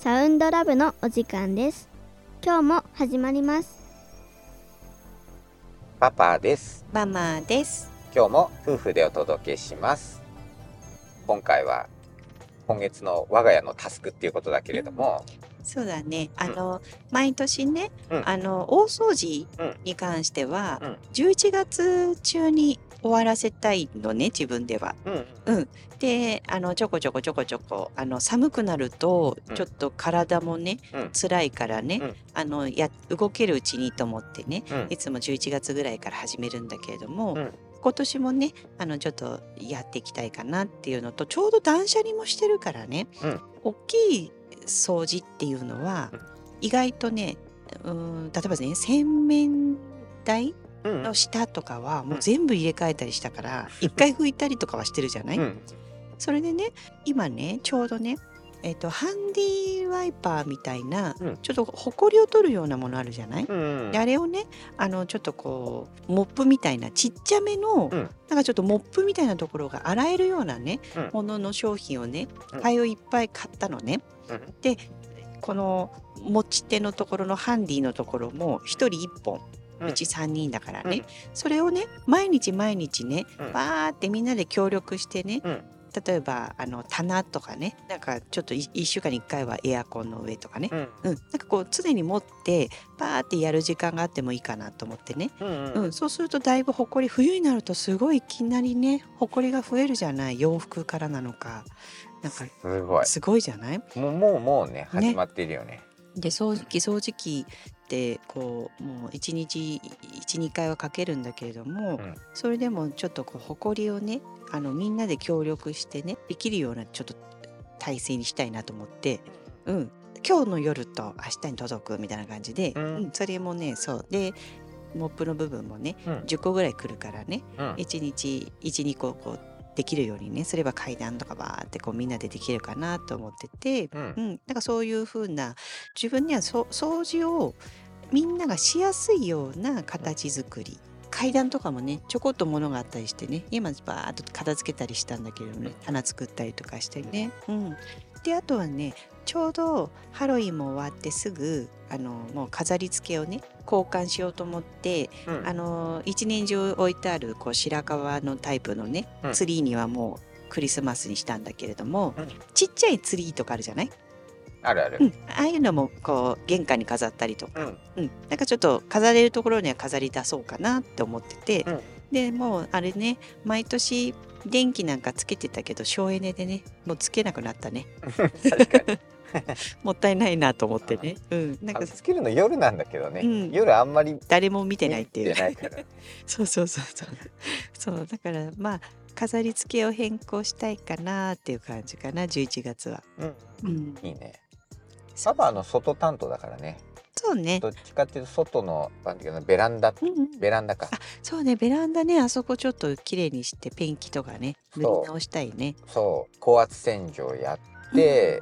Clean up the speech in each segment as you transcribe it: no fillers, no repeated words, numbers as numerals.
サウンドラブのお時間です。今日も始まります。 パパです。 ママです。 今日も夫婦でお届けします。今回は今月の我が家のタスクっていうことだけれども、 そうだね。毎年ね、 うん大掃除に関しては、 うん 11月中に終わらせたいのね、自分では。 うんで、ちょこちょこ、寒くなるとうん、 ちょっと体もね、 うん辛いからね、動けるうちにと思ってね、 うんいつも11月ぐらいから始めるんだけれども、 うん今年もね、ちょっとやっていきたいかなっていうのと、ちょうど断捨離もしてるからね、 うん大きい掃除っていうのはうん意外とね、例えばね、洗面台うんの下とかはもう全部入れ替えたりしたから一回拭いたりとかはしてるじゃない、 うんそれでね、今ねちょうどね、ハンディワイパーみたいな、 うんちょっとほこりを取るようなものあるじゃない、 うんであれをね、ちょっとこうモップみたいなちっちゃめの、 うんなんかちょっとモップみたいなところが洗えるようなね、 うんものの商品をねうん買いをいっぱい買ったのね。 うんでこの持ち手のところのハンディのところも1人1本、 うんうち3人だからね、 うんそれをね毎日ねうんバーってみんなで協力してね、 うん例えば棚とかね、なんかちょっと1週間に1回はエアコンの上とかね、 うんなんかこう常に持ってバーってやる時間があってもいいかなと思ってね、 うんそうするとだいぶほこり、冬になるとすごいいきなりねほこりが増えるじゃない、洋服からなのか、なんかすごい。 すごいじゃない。 もうね始まってるよね。 で掃除機ってこうもう1日 1,2 回はかけるんだけれども、 うんそれでもちょっとこうほこりをねみんなで協力してねできるようなちょっと体制にしたいなと思って、今日の夜と明日に届くみたいな感じで、それもねそうでモップの部分もね、10個ぐらい来るからね、1日 1,2 個こうできるようにねすれば階段とかバーってこうみんなでできるかなと思ってて、なんかそういう風な自分には掃除をみんながしやすいような形作り、階段とかもねちょこっと物があったりしてね、今バーっと片付けたりしたんだけれどもね、棚作ったりとかしてね、であとはねちょうどハロウィンも終わってすぐもう飾り付けをね交換しようと思って、一年中置いてあるこう白樺のタイプのね、ツリーにはもうクリスマスにしたんだけれども、ちっちゃいツリーとかあるじゃない、 あるある。 ああいうのもこう玄関に飾ったりとか、なんかちょっと飾れるところには飾り出そうかなって思ってて、でもうあれね毎年電気なんかつけてたけど省エネでねもうつけなくなったね確かに。 もったいないなと思ってね、なんかつけるの夜なんだけどね。夜あんまり誰も見てないっていう見てないから。 そうだからまあ飾り付けを変更したいかなっていう感じかな、11月は。 いいね。パパ外担当だからね。 そうね。 どっちかっていうと外のなんていうかな、ベランダか。 そうね、ベランダね、あそこちょっと綺麗にしてペンキとかね塗り直したいね。 そう高圧洗浄やって、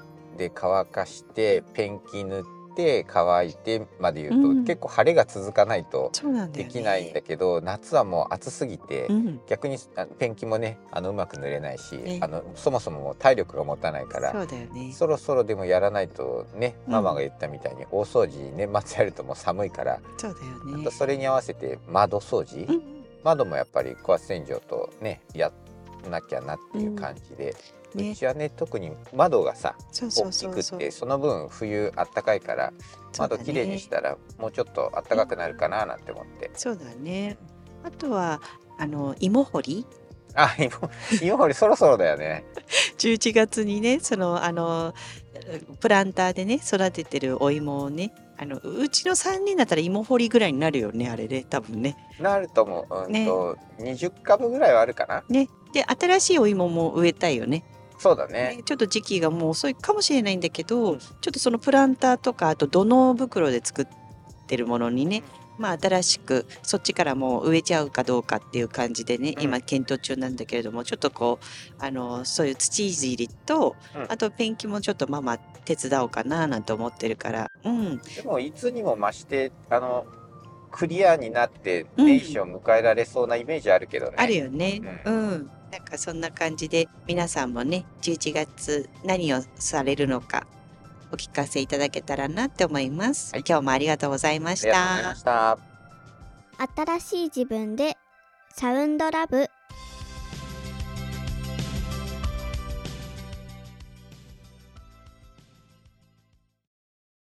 で乾かしてペンキ塗って乾いてまで言うと、結構晴れが続かないとできないんだけど、夏はもう暑すぎて、逆にペンキもねうまく塗れないし、そもそも体力が持たないから、 そうだよね、 そろそろでもやらないとね、ママが言ったみたいに大掃除年末やるともう寒いから、 そうだよね、 あとそれに合わせて窓掃除、窓もやっぱり高圧洗浄とねやんなきゃなっていう感じで。うちはね特に窓がさ大きくってその分冬あったかいから窓きれいにしたらもうちょっとあったかくなるかななんて思って。 そうだね。あとは芋掘り。 芋掘りそろそろだよね。 11月にねプランターでね育ててるお芋をねうちの3人だったら芋掘りぐらいになるよね、あれね多分ね。 なると思う。20株ぐらいはあるかな。 ね。で新しいお芋も植えたいよね。 そうだね。 ちょっと時期がもう遅いかもしれないんだけど、ちょっとそのプランターとかあと土の袋で作ってるものにね、新しくそっちからもう植えちゃうかどうかっていう感じでね、今検討中なんだけれども、ちょっとこうそういう土いじりと、あとペンキもちょっとママ手伝おうかななんて思ってるから、 でもいつにも増してクリアになって年始を迎えられそうなイメージあるけどね。 あるよね。なんかそんな感じで皆さんもね11月何をされるのかお聞かせいただけたらなって思います。 はい、 今日もありがとうございましありがとうございた。 ました。 新しい自分でサウンドラブ